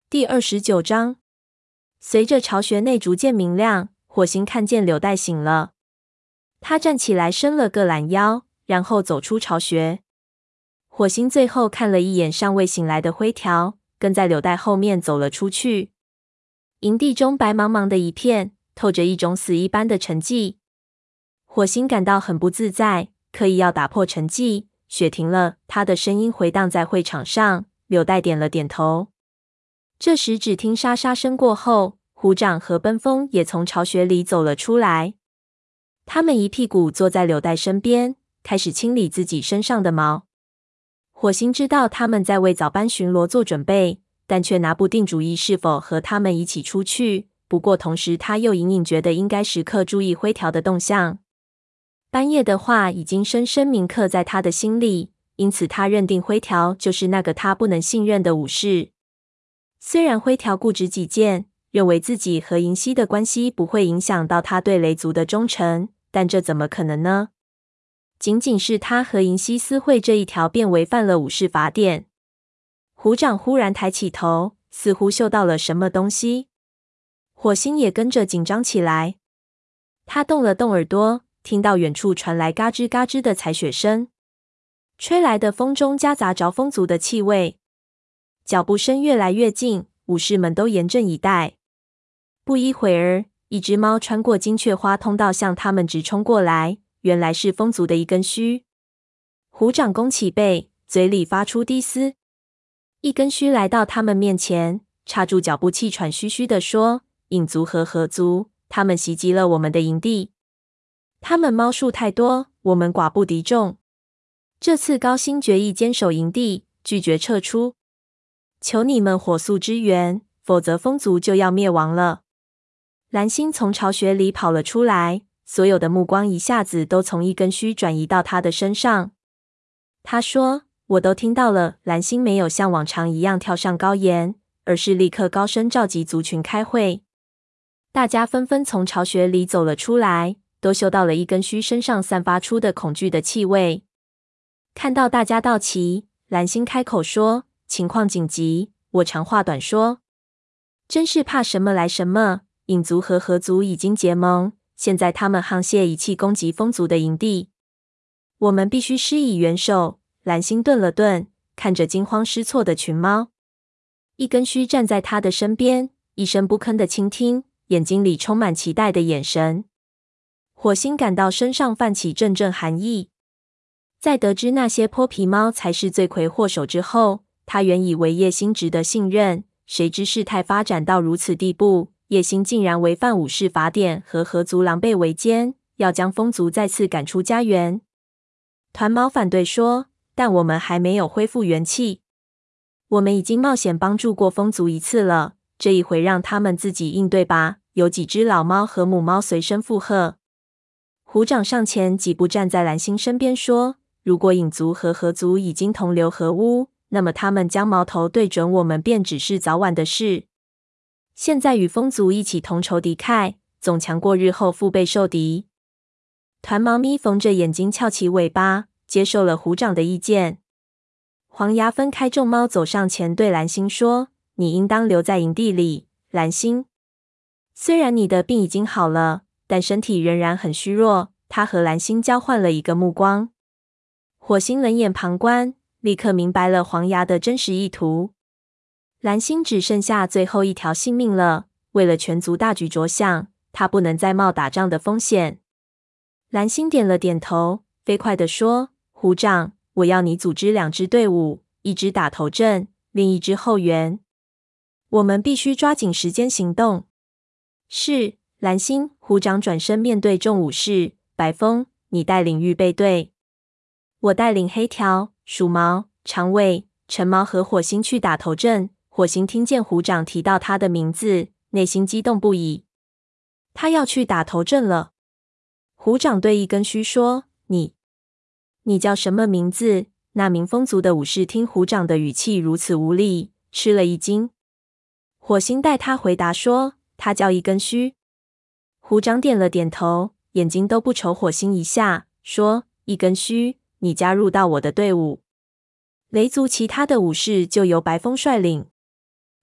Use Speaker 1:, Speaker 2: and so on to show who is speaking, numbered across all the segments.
Speaker 1: 第29章，随着巢穴内逐渐明亮，火星看见柳带醒了。他站起来，伸了个懒腰，然后走出巢穴。火星最后看了一眼尚未醒来的灰条，跟在柳带后面走了出去。营地中白茫茫的一片，透着一种死一般的沉寂。火星感到很不自在，刻意要打破沉寂。雪停了，他的声音回荡在会场上。柳带点了点头。这时，只听沙沙声过后，虎掌和奔风也从巢穴里走了出来。他们一屁股坐在柳带身边，开始清理自己身上的毛。火星知道他们在为早班巡逻做准备，但却拿不定主意是否和他们一起出去。不过同时他又隐隐觉得应该时刻注意灰条的动向。班叶的话已经深深铭刻在他的心里，因此他认定灰条就是那个他不能信任的武士。虽然灰条固执己见，认为自己和银溪的关系不会影响到他对雷族的忠诚，但这怎么可能呢？仅仅是他和银溪私会这一条便违反了武士法典。虎掌忽然抬起头，似乎嗅到了什么东西。火星也跟着紧张起来。他动了动耳朵，听到远处传来嘎吱嘎吱的踩雪声，吹来的风中夹杂着风族的气味。脚步声越来越近，武士们都严阵以待。不一会儿，一只猫穿过金雀花通道向他们直冲过来，原来是风族的一根须。虎掌弓起背，嘴里发出低嘶。一根须来到他们面前，插住脚步，气喘吁吁地说：“影族和河族，他们袭击了我们的营地。他们猫数太多，我们寡不敌众。这次高星决意坚守营地，拒绝撤出。求你们火速支援，否则风族就要灭亡了。”蓝星从巢穴里跑了出来，所有的目光一下子都从一根须转移到他的身上。他说：“我都听到了。”蓝星没有像往常一样跳上高岩，而是立刻高声召集族群开会。大家纷纷从巢穴里走了出来，都嗅到了一根须身上散发出的恐惧的气味。看到大家到齐，蓝星开口说：“情况紧急，我长话短说。真是怕什么来什么，影族和河族已经结盟，现在他们沆瀣一气攻击风族的营地，我们必须施以援手。”蓝星顿了顿，看着惊慌失措的群猫。一根须站在他的身边，一声不吭的倾听，眼睛里充满期待的眼神。火星感到身上泛起阵阵寒意。在得知那些泼皮猫才是罪魁祸首之后，他原以为叶星值得信任，谁知事态发展到如此地步，叶星竟然违反武士法典，和河族狼狈为奸，要将风族再次赶出家园。团猫反对说：“但我们还没有恢复元气，我们已经冒险帮助过风族一次了，这一回让他们自己应对吧。”有几只老猫和母猫随声附和。虎掌上前几步，站在蓝星身边说：“如果影族和河族已经同流合污，那么他们将矛头对准我们便只是早晚的事。现在与风族一起同仇敌忾，总强过日后腹背受敌。”团猫咪缝着眼睛，翘起尾巴，接受了虎掌的意见。黄牙分开众猫，走上前对蓝星说：“你应当留在营地里，蓝星。虽然你的病已经好了，但身体仍然很虚弱。”他和蓝星交换了一个目光。火星冷眼旁观，立刻明白了黄牙的真实意图。蓝星只剩下最后一条性命了，为了全族大局着想，他不能再冒打仗的风险。蓝星点了点头，飞快地说：“虎掌，我要你组织2支队伍，一支打头阵，另一支后援。我们必须抓紧时间行动。”是，蓝星。虎掌转身面对众武士：“白风，你带领预备队，我带领黑条、鼠毛、长尾、橙毛和火星去打头阵。”火星听见虎掌提到他的名字，内心激动不已。他要去打头阵了。虎掌对一根须说：“你叫什么名字？”那名风族的武士听虎掌的语气如此无礼，吃了一惊。火星带他回答说：“他叫一根须。”虎掌点了点头，眼睛都不瞅火星一下，说：“一根须，你加入到我的队伍。雷族其他的武士就由白风率领。”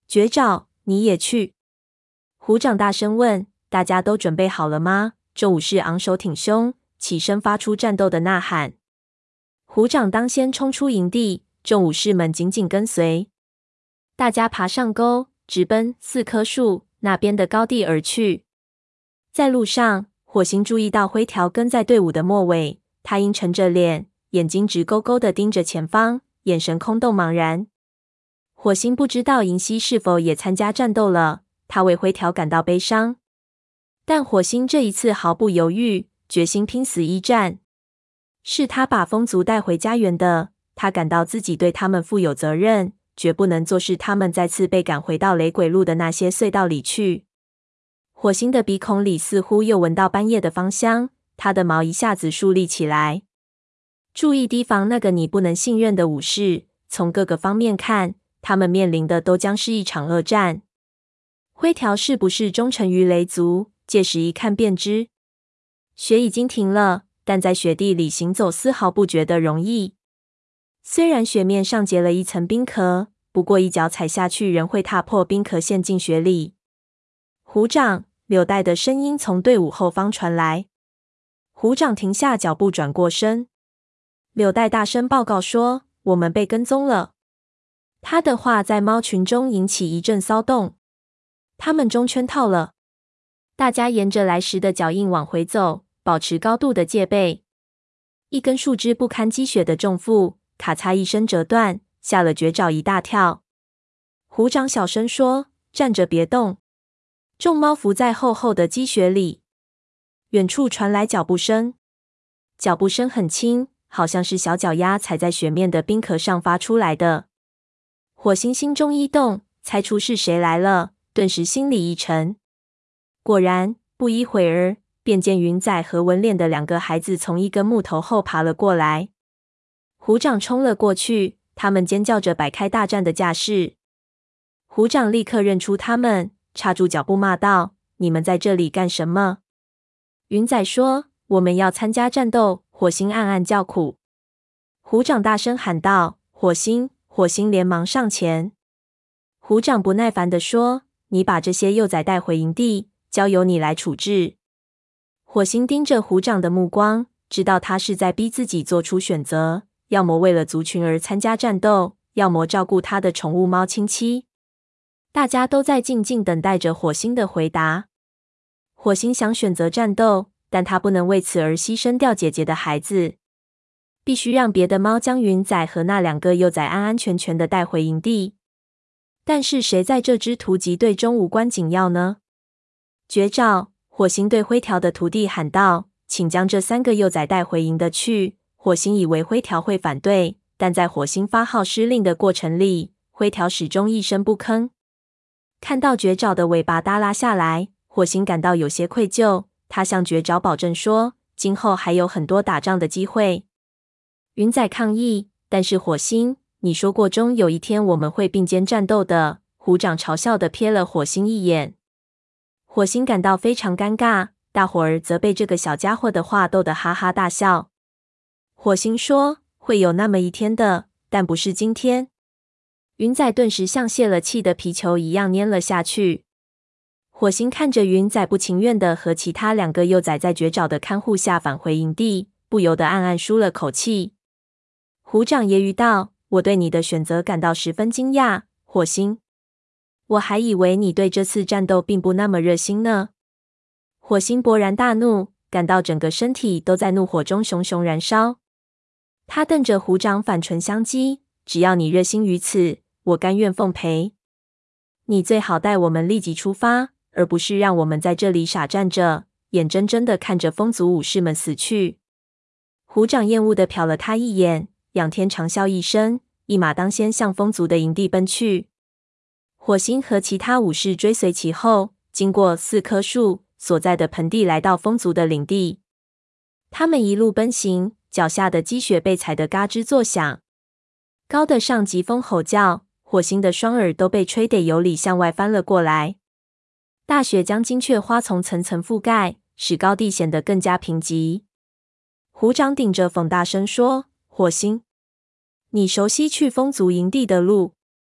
Speaker 1: 绝爪，你也去？虎掌大声问。大家都准备好了吗？众武士昂首挺胸，起身发出战斗的呐喊。虎掌当先冲出营地，众武士们紧紧跟随。大家爬上沟，直奔4棵树那边的高地而去。在路上，火星注意到灰条跟在队伍的末尾，他阴沉着脸，眼睛直勾勾地盯着前方，眼神空洞茫然。火星不知道银溪是否也参加战斗了，他为灰条感到悲伤。但火星这一次毫不犹豫，决心拼死一战。是他把风族带回家园的，他感到自己对他们负有责任，绝不能坐视他们再次被赶回到雷鬼路的那些隧道里去。火星的鼻孔里似乎又闻到半夜的芳香，他的毛一下子竖立起来。注意提防那个你不能信任的武士，从各个方面看，他们面临的都将是一场恶战。灰条是不是忠诚于雷族，届时一看便知。雪已经停了，但在雪地里行走丝毫不觉得容易。虽然雪面上结了一层冰壳，不过一脚踩下去仍会踏破冰壳陷进雪里。虎掌，柳带的声音从队伍后方传来。虎掌停下脚步，转过身。柳带大声报告说：“我们被跟踪了。”他的话在猫群中引起一阵骚动。他们中圈套了。大家沿着来时的脚印往回走，保持高度的戒备。一根树枝不堪积雪的重负，咔嚓一声折断，吓了绝爪一大跳。虎掌小声说：“站着别动。”众猫伏在厚厚的积雪里。远处传来脚步声，脚步声很轻，好像是小脚丫踩在雪面的冰壳上发出来的。火星心中一动，猜出是谁来了，顿时心里一沉。果然，不一会儿，便见云仔和文脸的2个孩子从一根木头后爬了过来。虎掌冲了过去，他们尖叫着摆开大战的架势。虎掌立刻认出他们，刹住脚步骂道：“你们在这里干什么？”云仔说：“我们要参加战斗。”火星暗暗叫苦。虎掌大声喊道：“火星！”火星连忙上前。虎掌不耐烦地说：“你把这些幼崽带回营地，交由你来处置。”火星盯着虎掌的目光，知道他是在逼自己做出选择，要么为了族群而参加战斗，要么照顾他的宠物猫亲戚。大家都在静静等待着火星的回答。火星想选择战斗，但他不能为此而牺牲掉姐姐的孩子，必须让别的猫将云仔和那2个幼崽安安全全的带回营地。但是谁在这支突击队中无关紧要呢？绝招！火星对灰条的徒弟喊道：“请将这3个幼崽带回营的去。”火星以为灰条会反对，但在火星发号施令的过程里，灰条始终一声不吭。看到绝爪的尾巴耷拉下来，火星感到有些愧疚。他向绝爪保证说，今后还有很多打仗的机会。云仔抗议，但是火星，你说过终有一天我们会并肩战斗的。虎掌嘲笑地瞥了火星一眼。火星感到非常尴尬，大伙儿则被这个小家伙的话逗得哈哈大笑。火星说，会有那么一天的，但不是今天。云仔顿时像泄了气的皮球一样粘了下去。火星看着云仔不情愿地和其他2个幼崽在绝爪的看护下返回营地，不由得暗暗舒了口气。虎掌揶揄道：“我对你的选择感到十分惊讶，火星。我还以为你对这次战斗并不那么热心呢。”火星勃然大怒，感到整个身体都在怒火中熊熊燃烧。他瞪着虎掌反唇相讥：“只要你热心于此，我甘愿奉陪。你最好带我们立即出发，而不是让我们在这里傻站着，眼睁睁地看着风族武士们死去。”虎掌厌恶地瞟了他一眼，仰天长啸一声，一马当先向风族的营地奔去。火星和其他武士追随其后，经过4棵树所在的盆地，来到风族的领地。他们一路奔行，脚下的积雪被踩得嘎吱作响。高的上疾风吼叫，火星的双耳都被吹得由里向外翻了过来。大雪将金雀花丛层层覆盖，使高地显得更加贫瘠。虎掌顶着风大声说：“火星，你熟悉去风族营地的路，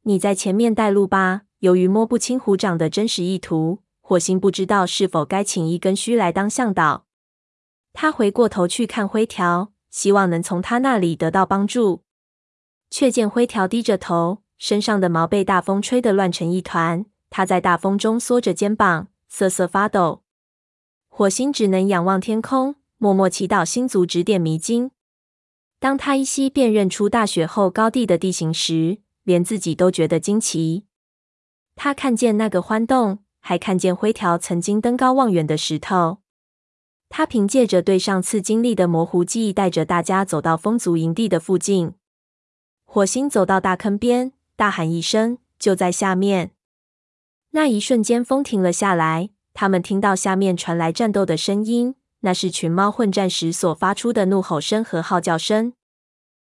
Speaker 1: 你在前面带路吧。由于摸不清虎掌的真实意图，火星不知道是否该请一根须来当向导。他回过头去看灰条，希望能从他那里得到帮助，却见灰条低着头，身上的毛被大风吹得乱成一团。他在大风中缩着肩膀，瑟瑟发抖。火星只能仰望天空，默默祈祷星族指点迷津。当他依稀辨认出大雪后高地的地形时，连自己都觉得惊奇。他看见那个獾洞，还看见灰条曾经登高望远的石头。他凭借着对上次经历的模糊记忆，带着大家走到风族营地的附近。火星走到大坑边，大喊一声：“就在下面！”那一瞬间，风停了下来。他们听到下面传来战斗的声音，那是群猫混战时所发出的怒吼声和号叫声。